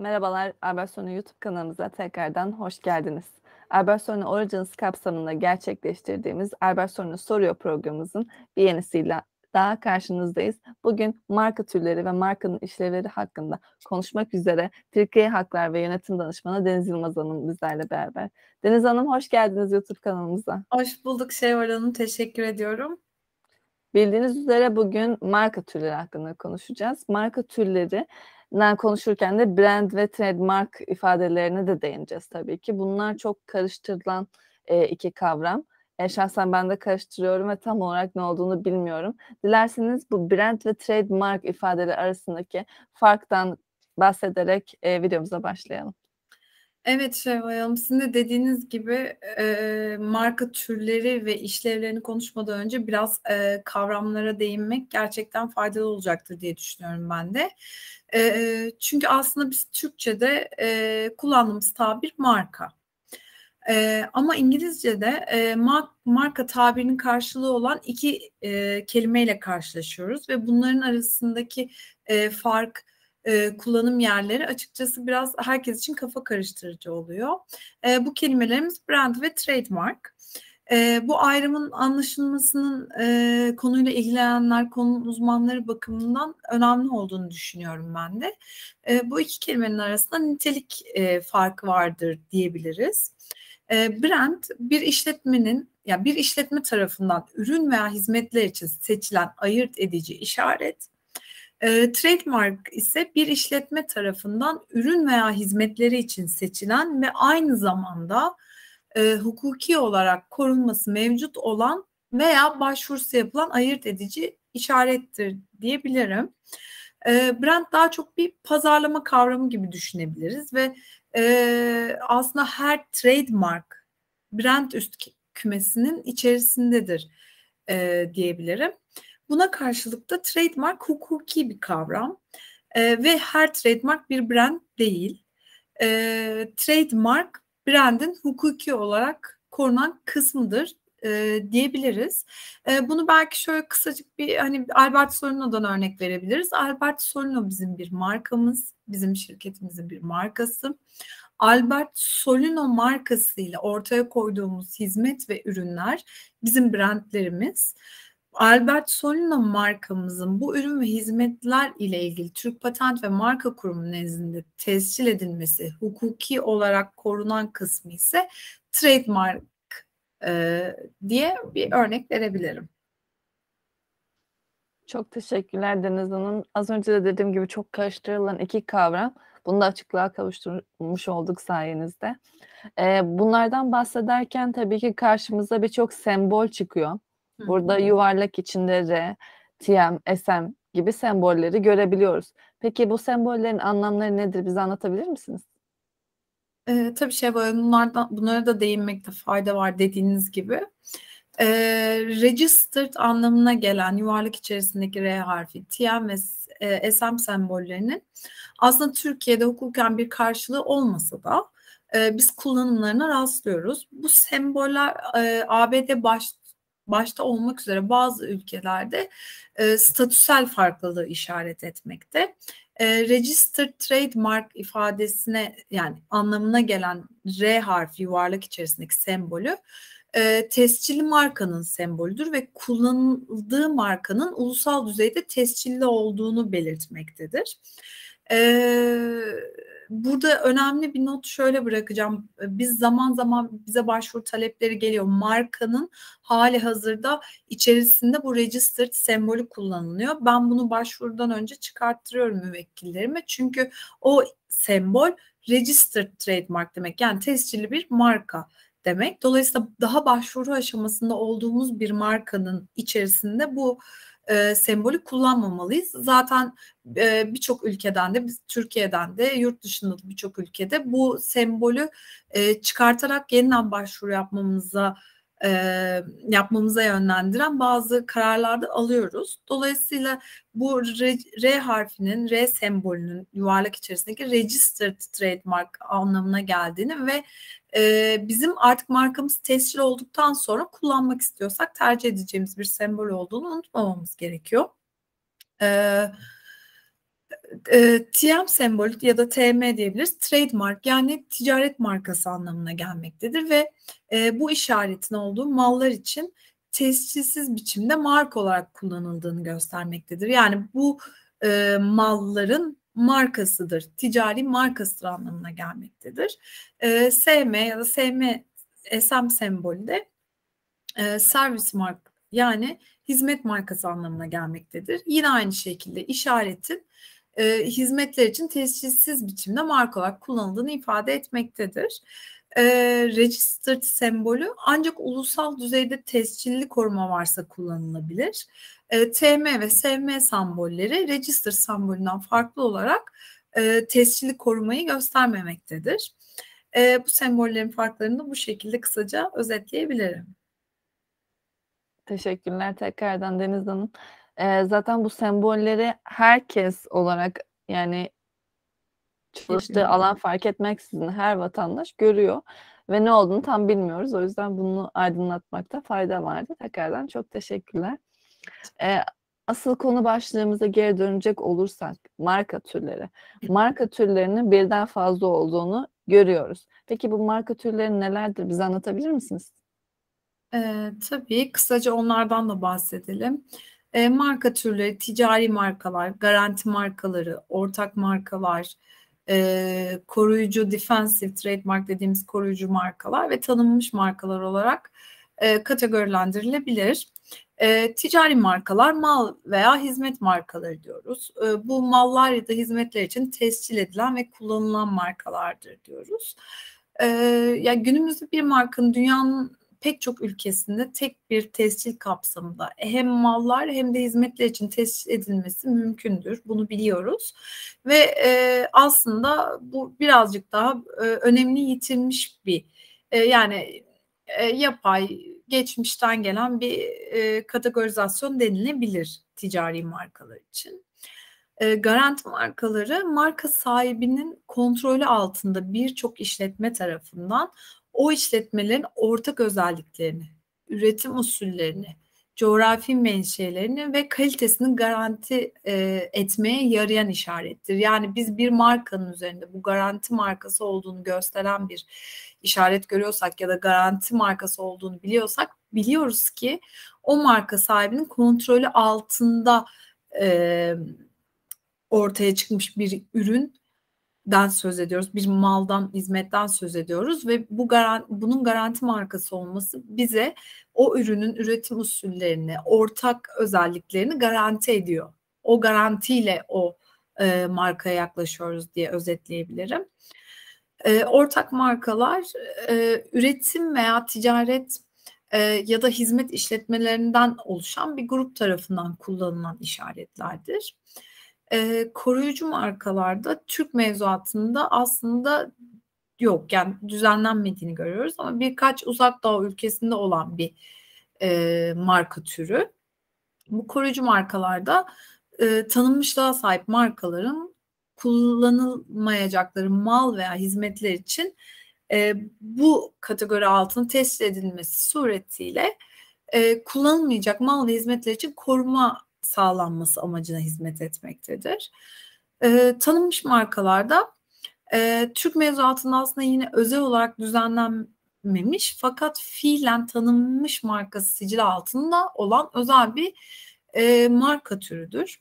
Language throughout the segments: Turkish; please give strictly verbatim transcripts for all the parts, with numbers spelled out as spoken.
Merhabalar, Albertsonu YouTube kanalımıza tekrardan hoş geldiniz. Albertsonu Origins kapsamında gerçekleştirdiğimiz Albertsonu Soruyor programımızın bir yenisiyle daha karşınızdayız. Bugün marka türleri ve markanın işlevleri hakkında konuşmak üzere Türkiye Haklar ve Yönetim Danışmanı Deniz Yılmaz Hanım bizlerle beraber. Deniz Hanım hoş geldiniz YouTube kanalımıza. Hoş bulduk Şevval Hanım, teşekkür ediyorum. Bildiğiniz üzere bugün marka türleri hakkında konuşacağız. Marka türlerinden konuşurken de brand ve trademark ifadelerine de değineceğiz tabii ki. Bunlar çok karıştırılan e, iki kavram. E, şahsen ben de karıştırıyorum ve tam olarak ne olduğunu bilmiyorum. Dilerseniz bu brand ve trademark ifadeleri arasındaki farktan bahsederek e, videomuza başlayalım. Evet Şevval Hanım, sizin de dediğiniz gibi e, marka türleri ve işlevlerini konuşmadan önce biraz e, kavramlara değinmek gerçekten faydalı olacaktır diye düşünüyorum ben de. E, çünkü aslında biz Türkçe'de e, kullandığımız tabir marka. E, ama İngilizce'de e, mark, marka tabirinin karşılığı olan iki e, kelimeyle karşılaşıyoruz ve bunların arasındaki e, fark, e, kullanım yerleri açıkçası biraz herkes için kafa karıştırıcı oluyor. E, bu kelimelerimiz brand ve trademark. E, bu ayrımın anlaşılmasının e, konuyla ilgilenenler, konunun uzmanları bakımından önemli olduğunu düşünüyorum ben de. E, bu iki kelimenin arasında nitelik e, farkı vardır diyebiliriz. E, brand bir işletmenin ya bir işletme tarafından ürün veya hizmetler için seçilen ayırt edici işaret. E, trademark ise bir işletme tarafından ürün veya hizmetleri için seçilen ve aynı zamanda e, hukuki olarak korunması mevcut olan veya başvurusu yapılan ayırt edici işarettir diyebilirim. E, brand daha çok bir pazarlama kavramı gibi düşünebiliriz ve e, aslında her trademark brand üst kümesinin içerisindedir e, diyebilirim. Buna karşılık da trademark hukuki bir kavram e, ve her trademark bir brand değil. E, trademark brandin hukuki olarak korunan kısmıdır e, diyebiliriz. E, bunu belki şöyle kısacık bir hani Albert Solino'dan örnek verebiliriz. Albert Solino bizim bir markamız, bizim şirketimizin bir markası. Albert Solino markasıyla ortaya koyduğumuz hizmet ve ürünler bizim brandlerimiz. Albert Solino markamızın bu ürün ve hizmetler ile ilgili Türk Patent ve Marka Kurumu nezdinde tescil edilmesi, hukuki olarak korunan kısmı ise trademark e, diye bir örnek verebilirim. Çok teşekkürler Deniz Hanım. Az önce de dediğim gibi çok karıştırılan iki kavram. Bunu da açıklığa kavuşturmuş olduk sayenizde. Ee, bunlardan bahsederken tabii ki karşımıza birçok sembol çıkıyor. Burada yuvarlak içinde R, T M, S M gibi sembolleri görebiliyoruz. Peki bu sembollerin anlamları nedir? Bize anlatabilir misiniz? Ee, tabii şey böyle bunlardan bunlara da değinmekte fayda var dediğiniz gibi. Ee, registered anlamına gelen yuvarlak içerisindeki R harfi, T M ve e, S M sembollerinin aslında Türkiye'de hukuken bir karşılığı olmasa da e, biz kullanımlarına rastlıyoruz. Bu semboller e, A B D baş, başta olmak üzere bazı ülkelerde e, statüsel farklılığı işaret etmekte. E, registered trademark ifadesine yani anlamına gelen R harfi yuvarlak içerisindeki sembolü e, tescilli markanın sembolüdür ve kullanıldığı markanın ulusal düzeyde tescilli olduğunu belirtmektedir. E, burada önemli bir not şöyle bırakacağım. Biz zaman zaman bize başvuru talepleri geliyor. Markanın hali hazırda içerisinde bu registered sembolü kullanılıyor. Ben bunu başvurudan önce çıkarttırıyorum müvekkillerime. Çünkü o sembol registered trademark demek. Yani tescilli bir marka demek. Dolayısıyla daha başvuru aşamasında olduğumuz bir markanın içerisinde bu e, sembolü kullanmamalıyız. Zaten e, birçok ülkeden de, biz Türkiye'den de, yurt dışında da birçok ülkede bu sembolü e, çıkartarak yeniden başvuru yapmamıza e, yapmamıza yönlendiren bazı kararlarda alıyoruz. Dolayısıyla bu R, R harfinin, R sembolünün yuvarlak içerisindeki registered trademark anlamına geldiğini ve e, bizim artık markamız tescil olduktan sonra kullanmak istiyorsak tercih edeceğimiz bir sembol olduğunu unutmamamız gerekiyor. E, Eee, T M sembolü ya da T M diyebiliriz. Trademark yani ticaret markası anlamına gelmektedir ve eee, bu işaretin olduğu mallar için tescilsiz biçimde marka olarak kullanıldığını göstermektedir. Yani bu eee, malların markasıdır, ticari markasıdır anlamına gelmektedir. Eee, S M ya da S M, S M sembolü de eee, service mark yani hizmet markası anlamına gelmektedir. Yine aynı şekilde işaretin e, hizmetler için tescilsiz biçimde marka olarak kullanıldığını ifade etmektedir. E, registered sembolü ancak ulusal düzeyde tescilli koruma varsa kullanılabilir. E, T M ve S M sembolleri registered sembolünden farklı olarak e, tescilli korumayı göstermemektedir. E, bu sembollerin farklarını da bu şekilde kısaca özetleyebilirim. Teşekkürler tekrardan Deniz Hanım. Ee, zaten bu sembolleri herkes olarak yani çalıştığı alan fark etmeksizin her vatandaş görüyor ve ne olduğunu tam bilmiyoruz. O yüzden bunu aydınlatmakta fayda vardı. Tekrardan çok teşekkürler. Ee, asıl konu başlığımıza geri dönecek olursak marka türleri. Marka türlerinin birden fazla olduğunu görüyoruz. Peki bu marka türleri nelerdir? Bize anlatabilir misiniz? Ee, tabii kısaca onlardan da bahsedelim. Ee, marka türleri, ticari markalar, garanti markaları, ortak markalar, e, koruyucu defensive trademark dediğimiz koruyucu markalar ve tanınmış markalar olarak e, kategorilendirilebilir. E, ticari markalar mal veya hizmet markaları diyoruz. E, bu mallar ya da hizmetler için tescil edilen ve kullanılan markalardır diyoruz. E, yani günümüzde bir markanın dünyanın pek çok ülkesinde tek bir tescil kapsamında hem mallar hem de hizmetler için tescil edilmesi mümkündür. Bunu biliyoruz. Ve e, aslında bu birazcık daha e, önemli yitilmiş bir e, yani e, yapay geçmişten gelen bir e, kategorizasyon denilebilir ticari markalar için. E, garanti markaları marka sahibinin kontrolü altında birçok işletme tarafından o işletmelerin ortak özelliklerini, üretim usullerini, coğrafi menşelerini ve kalitesini garanti e, etmeye yarayan işarettir. Yani biz bir markanın üzerinde bu garanti markası olduğunu gösteren bir işaret görüyorsak ya da garanti markası olduğunu biliyorsak biliyoruz ki o marka sahibinin kontrolü altında e, ortaya çıkmış bir üründen söz ediyoruz. Bir maldan, hizmetten söz ediyoruz ve bu garan, bunun garanti markası olması bize o ürünün üretim usullerini, ortak özelliklerini garanti ediyor. O garantiyle o e, markaya yaklaşıyoruz diye özetleyebilirim. E, ortak markalar e, üretim veya ticaret e, ya da hizmet işletmelerinden oluşan bir grup tarafından kullanılan işaretlerdir. E, koruyucu markalarda Türk mevzuatında aslında yok yani düzenlenmediğini görüyoruz ama birkaç uzak doğu ülkesinde olan bir e, marka türü. Bu koruyucu markalarda e, tanınmışlığa sahip markaların kullanılmayacakları mal veya hizmetler için e, bu kategori altına tescil edilmesi suretiyle e, kullanılmayacak mal ve hizmetler için koruma sağlanması amacına hizmet etmektedir. E, tanınmış markalarda e, Türk mevzuatında aslında yine özel olarak düzenlenmemiş fakat fiilen tanınmış markası sicili altında olan özel bir e, marka türüdür.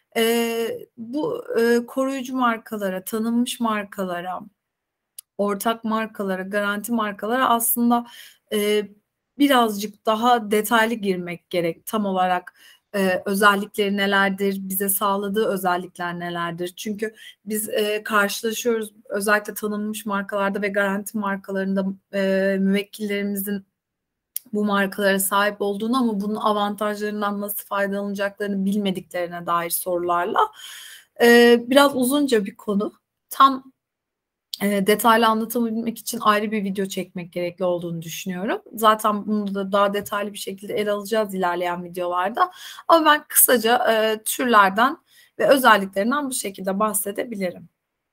E, bu e, koruyucu markalara, tanınmış markalara, ortak markalara, garanti markalara aslında e, birazcık daha detaylı girmek gerek. Tam olarak e, özellikleri nelerdir, bize sağladığı özellikler nelerdir? Çünkü biz e, karşılaşıyoruz özellikle tanınmış markalarda ve garanti markalarında e, müvekkillerimizin bu markalara sahip olduğunu ama bunun avantajlarından nasıl faydalanacaklarını bilmediklerine dair sorularla. E, biraz uzunca bir konu. Tam e, detaylı anlatabilmek için ayrı bir video çekmek gerekli olduğunu düşünüyorum. Zaten bunu da daha detaylı bir şekilde ele alacağız ilerleyen videolarda. Ama ben kısaca e, türlerden ve özelliklerinden bu şekilde bahsedebilirim.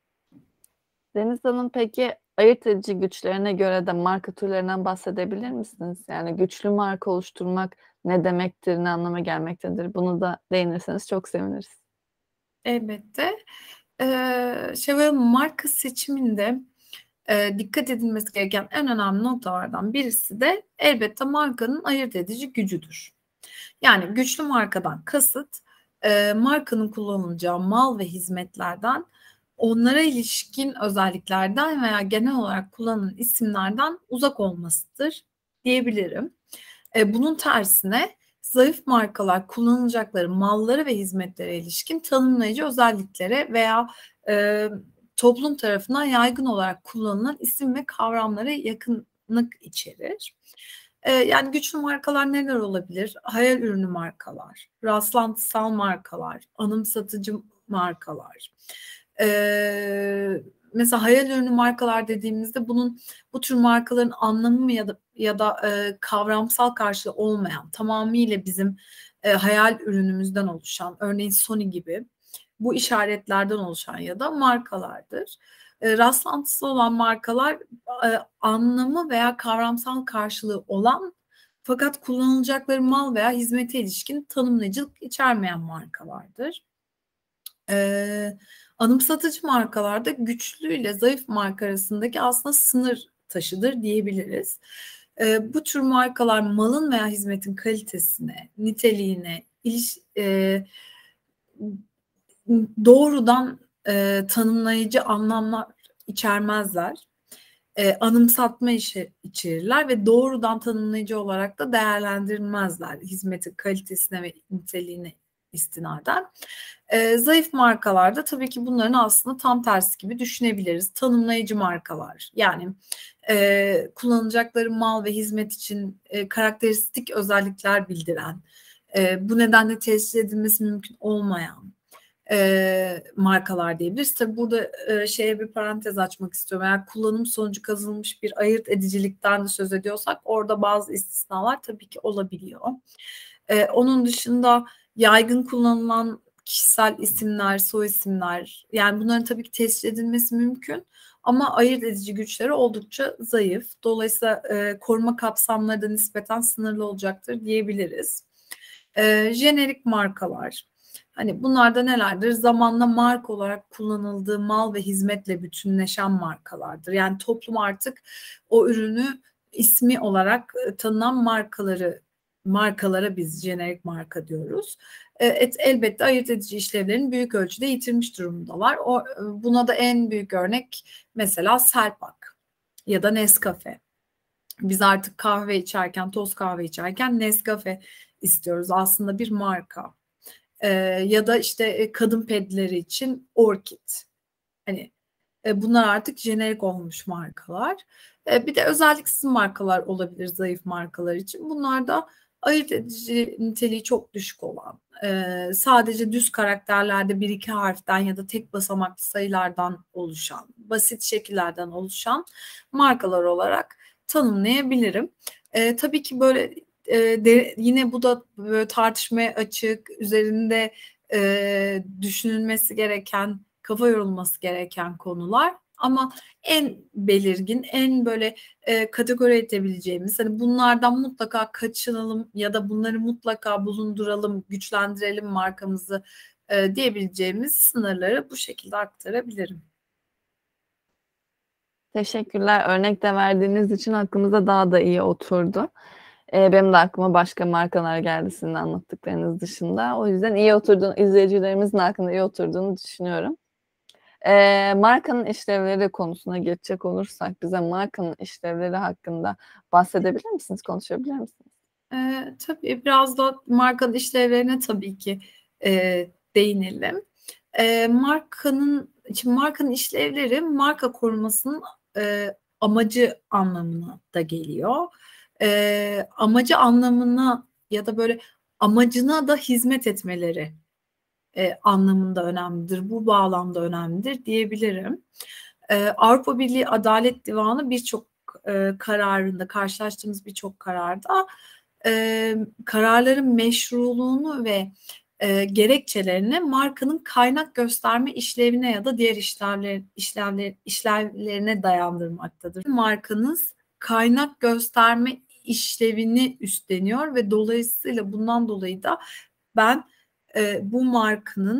Deniz Hanım peki ayırt edici güçlerine göre de marka türlerinden bahsedebilir misiniz? Yani güçlü marka oluşturmak ne demektir, ne anlama gelmektedir? Bunu da değinirseniz çok seviniriz. Elbette. Eee, Şevval marka seçiminde e, dikkat edilmesi gereken en önemli noktalardan birisi de elbette markanın ayırt edici gücüdür. Yani güçlü markadan kasıt e, markanın kullanılacağı mal ve hizmetlerden, onlara ilişkin özelliklerden veya genel olarak kullanılan isimlerden uzak olmasıdır diyebilirim. E, bunun tersine zayıf markalar kullanılacakları mallara ve hizmetlere ilişkin tanımlayıcı özelliklere veya e, toplum tarafından yaygın olarak kullanılan isim ve kavramlara yakınlık içerir. E, yani güçlü markalar neler olabilir? Hayal ürünü markalar, rastlantısal markalar, anımsatıcı markalar. E, Mesela hayal ürünü markalar dediğimizde bunun bu tür markaların anlamı ya da ya da e, kavramsal karşılığı olmayan, tamamıyla bizim e, hayal ürünümüzden oluşan, örneğin Sony gibi bu işaretlerden oluşan ya da markalardır. E, rastlantısı olan markalar e, anlamı veya kavramsal karşılığı olan fakat kullanılacakları mal veya hizmete ilişkin tanımlayıcılık içermeyen markalardır. Ee, Anımsatıcı markalarda güçlü ile zayıf marka arasındaki aslında sınır taşıdır diyebiliriz. Ee, bu tür markalar malın veya hizmetin kalitesine, niteliğine, iliş, e, doğrudan e, tanımlayıcı anlamlar içermezler. E, anımsatma işi içerirler ve doğrudan tanımlayıcı olarak da değerlendirilmezler hizmetin kalitesine ve niteliğine istinaden. E, zayıf markalarda tabii ki bunların aslında tam tersi gibi düşünebiliriz. Tanımlayıcı markalar, yani e, kullanacakları mal ve hizmet için e, karakteristik özellikler bildiren, e, bu nedenle tescil edilmesi mümkün olmayan e, markalar diyebiliriz. Tabii burada e, şeye bir parantez açmak istiyorum. Eğer kullanım sonucu kazanılmış bir ayırt edicilikten de söz ediyorsak orada bazı istisnalar tabii ki olabiliyor. E, onun dışında yaygın kullanılan kişisel isimler, soy isimler, yani bunların tabii ki tescil edilmesi mümkün ama ayırt edici güçleri oldukça zayıf. Dolayısıyla e, koruma kapsamları da nispeten sınırlı olacaktır diyebiliriz. E, jenerik markalar. Hani bunlar da nelerdir? Zamanla marka olarak kullanıldığı mal ve hizmetle bütünleşen markalardır. Yani toplum artık o ürünü ismi olarak tanınan markaları markalara biz jenerik marka diyoruz. Evet, elbette ayırt edici işlevlerini büyük ölçüde yitirmiş durumdalar. O, buna da en büyük örnek mesela Selpak ya da Nescafe. Biz artık kahve içerken, toz kahve içerken Nescafe istiyoruz. Aslında bir marka. Ee, ya da işte kadın pedleri için Orchid. Hani e, bunlar artık jenerik olmuş markalar. E, bir de özelliksiz markalar olabilir zayıf markalar için. Bunlar da ayırt edici niteliği çok düşük olan, e, sadece düz karakterlerde bir iki harften ya da tek basamaklı sayılardan oluşan, basit şekillerden oluşan markalar olarak tanımlayabilirim. E, tabii ki böyle e, de, yine bu da böyle tartışmaya açık, üzerinde e, düşünülmesi gereken, kafa yorulması gereken konular. Ama en belirgin, en böyle e, kategori edebileceğimiz, hani bunlardan mutlaka kaçınalım ya da bunları mutlaka bulunduralım, güçlendirelim markamızı e, diyebileceğimiz sınırları bu şekilde aktarabilirim. Teşekkürler. Örnek de verdiğiniz için aklımıza daha da iyi oturdu. Ee, benim de aklıma başka markalar geldi sizin anlattıklarınız dışında. O yüzden iyi oturduğunu, izleyicilerimizin aklında iyi oturduğunu düşünüyorum. Ee, markanın işlevleri konusuna geçecek olursak bize markanın işlevleri hakkında bahsedebilir misiniz, konuşabilir misiniz? E, tabii biraz da markanın işlevlerine tabii ki e, değinelim. E, markanın, şimdi markanın işlevleri marka korumasının e, amacı anlamına da geliyor. E, amacı anlamına ya da böyle amacına da hizmet etmeleri e, anlamında önemlidir. Bu bağlamda önemlidir diyebilirim. E, Avrupa Birliği Adalet Divanı birçok e, kararında, karşılaştığımız birçok kararda e, kararların meşruluğunu ve e, gerekçelerini markanın kaynak gösterme işlevine ya da diğer işlevler, işlevler, işlevlerine dayandırmaktadır. Markanız kaynak gösterme işlevini üstleniyor ve dolayısıyla bundan dolayı da ben e, bu markanın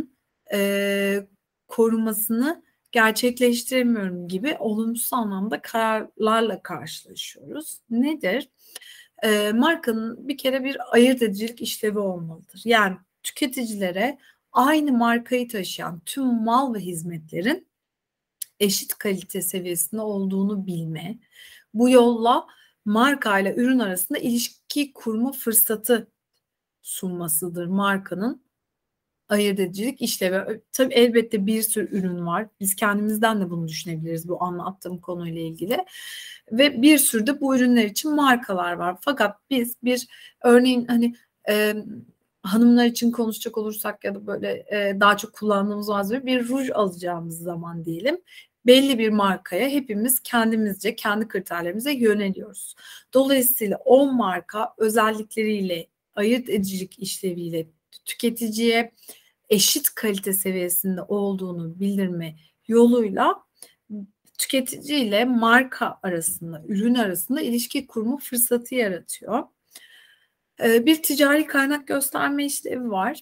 e, korumasını gerçekleştiremiyorum gibi olumsuz anlamda kararlarla karşılaşıyoruz. Nedir? E, markanın bir kere bir ayırt edicilik işlevi olmalıdır. Yani tüketicilere aynı markayı taşıyan tüm mal ve hizmetlerin eşit kalite seviyesinde olduğunu bilme, bu yolla marka ile ürün arasında ilişki kurma fırsatı sunmasıdır markanın ayırt edicilik işlevi. Tabii elbette bir sürü ürün var. Biz kendimizden de bunu düşünebiliriz bu anlattığım konuyla ilgili. Ve bir sürü de bu ürünler için markalar var. Fakat biz bir örneğin hani e, hanımlar için konuşacak olursak ya da böyle e, daha çok kullandığımız malzeme bir ruj alacağımız zaman diyelim. Belli bir markaya hepimiz kendimizce kendi kriterlerimize yöneliyoruz. Dolayısıyla o marka özellikleriyle ayırt edicilik işleviyle tüketiciye eşit kalite seviyesinde olduğunu bildirme yoluyla tüketici ile marka arasında, ürün arasında ilişki kurma fırsatı yaratıyor. Bir ticari kaynak gösterme işlevi var.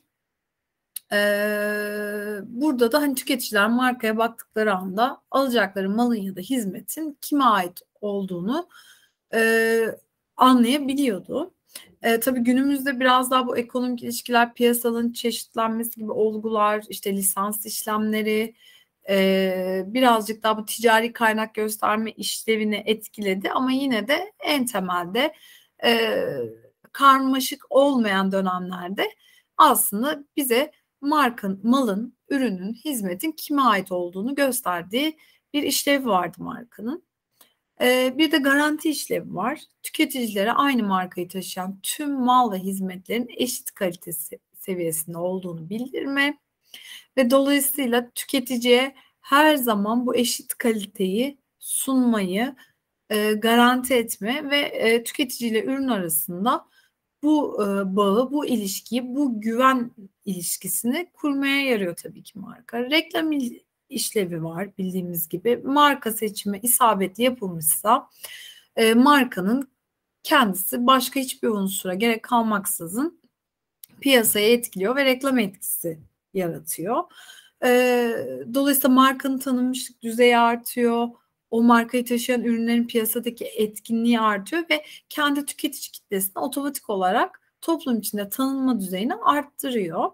Burada da hani tüketiciler markaya baktıkları anda alacakları malın ya da hizmetin kime ait olduğunu anlayabiliyordu. E, tabii günümüzde biraz daha bu ekonomik ilişkiler, piyasanın çeşitlenmesi gibi olgular, işte lisans işlemleri e, birazcık daha bu ticari kaynak gösterme işlevini etkiledi. Ama yine de en temelde e, karmaşık olmayan dönemlerde aslında bize markanın, malın, ürünün, hizmetin kime ait olduğunu gösterdiği bir işlevi vardı markanın. Bir de garanti işlevi var. Tüketicilere aynı markayı taşıyan tüm mal ve hizmetlerin eşit kalitesi seviyesinde olduğunu bildirme ve dolayısıyla tüketiciye her zaman bu eşit kaliteyi sunmayı e, garanti etme ve e, tüketiciyle ürün arasında bu e, bağı, bu ilişkiyi, bu güven ilişkisini kurmaya yarıyor tabii ki marka. Reklam işlevi var bildiğimiz gibi. Marka seçimi isabetli yapılmışsa e, markanın kendisi başka hiçbir unsura gerek kalmaksızın piyasayı etkiliyor ve reklam etkisi yaratıyor. E, dolayısıyla markanın tanınmışlık düzeyi artıyor. O markayı taşıyan ürünlerin piyasadaki etkinliği artıyor ve kendi tüketici kitlesini otomatik olarak toplum içinde tanınma düzeyini arttırıyor.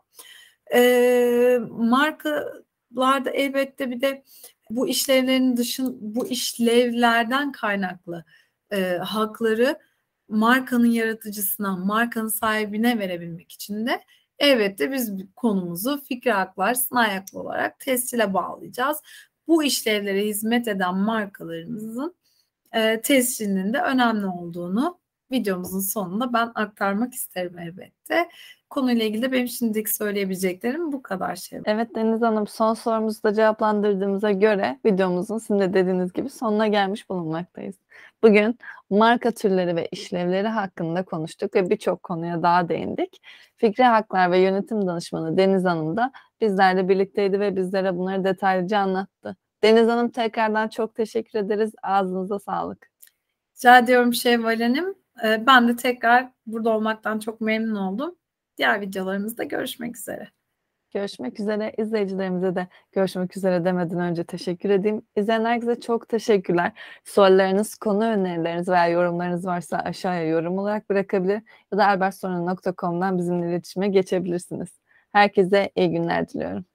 E, markalarda elbette bir de bu işlevlerin dışın bu işlevlerden kaynaklı e, hakları markanın yaratıcısına, markanın sahibine verebilmek için de elbette biz konumuzu fikri haklar, sınai haklı olarak tescile bağlayacağız. Bu işlevlere hizmet eden markalarımızın e, tescilinin de önemli olduğunu videomuzun sonunda ben aktarmak isterim elbette. Konuyla ilgili de benim şimdilik söyleyebileceklerim bu kadar şey. Evet Deniz Hanım, son sorumuzu da cevaplandırdığımıza göre videomuzun sizin de dediğiniz gibi sonuna gelmiş bulunmaktayız. Bugün marka türleri ve işlevleri hakkında konuştuk ve birçok konuya daha değindik. Fikri Haklar ve Yönetim Danışmanı Deniz Hanım da bizlerle birlikteydi ve bizlere bunları detaylıca anlattı. Deniz Hanım, tekrardan çok teşekkür ederiz. Ağzınıza sağlık. Rica ediyorum Şevval Hanım. Ben de tekrar burada olmaktan çok memnun oldum. Diğer videolarımızda görüşmek üzere. Görüşmek üzere. İzleyicilerimize de görüşmek üzere demeden önce teşekkür edeyim. İzleyen herkese çok teşekkürler. Sorularınız, konu önerileriniz veya yorumlarınız varsa aşağıya yorum olarak bırakabilir ya da albertsorun nokta com'dan bizimle iletişime geçebilirsiniz. Herkese iyi günler diliyorum.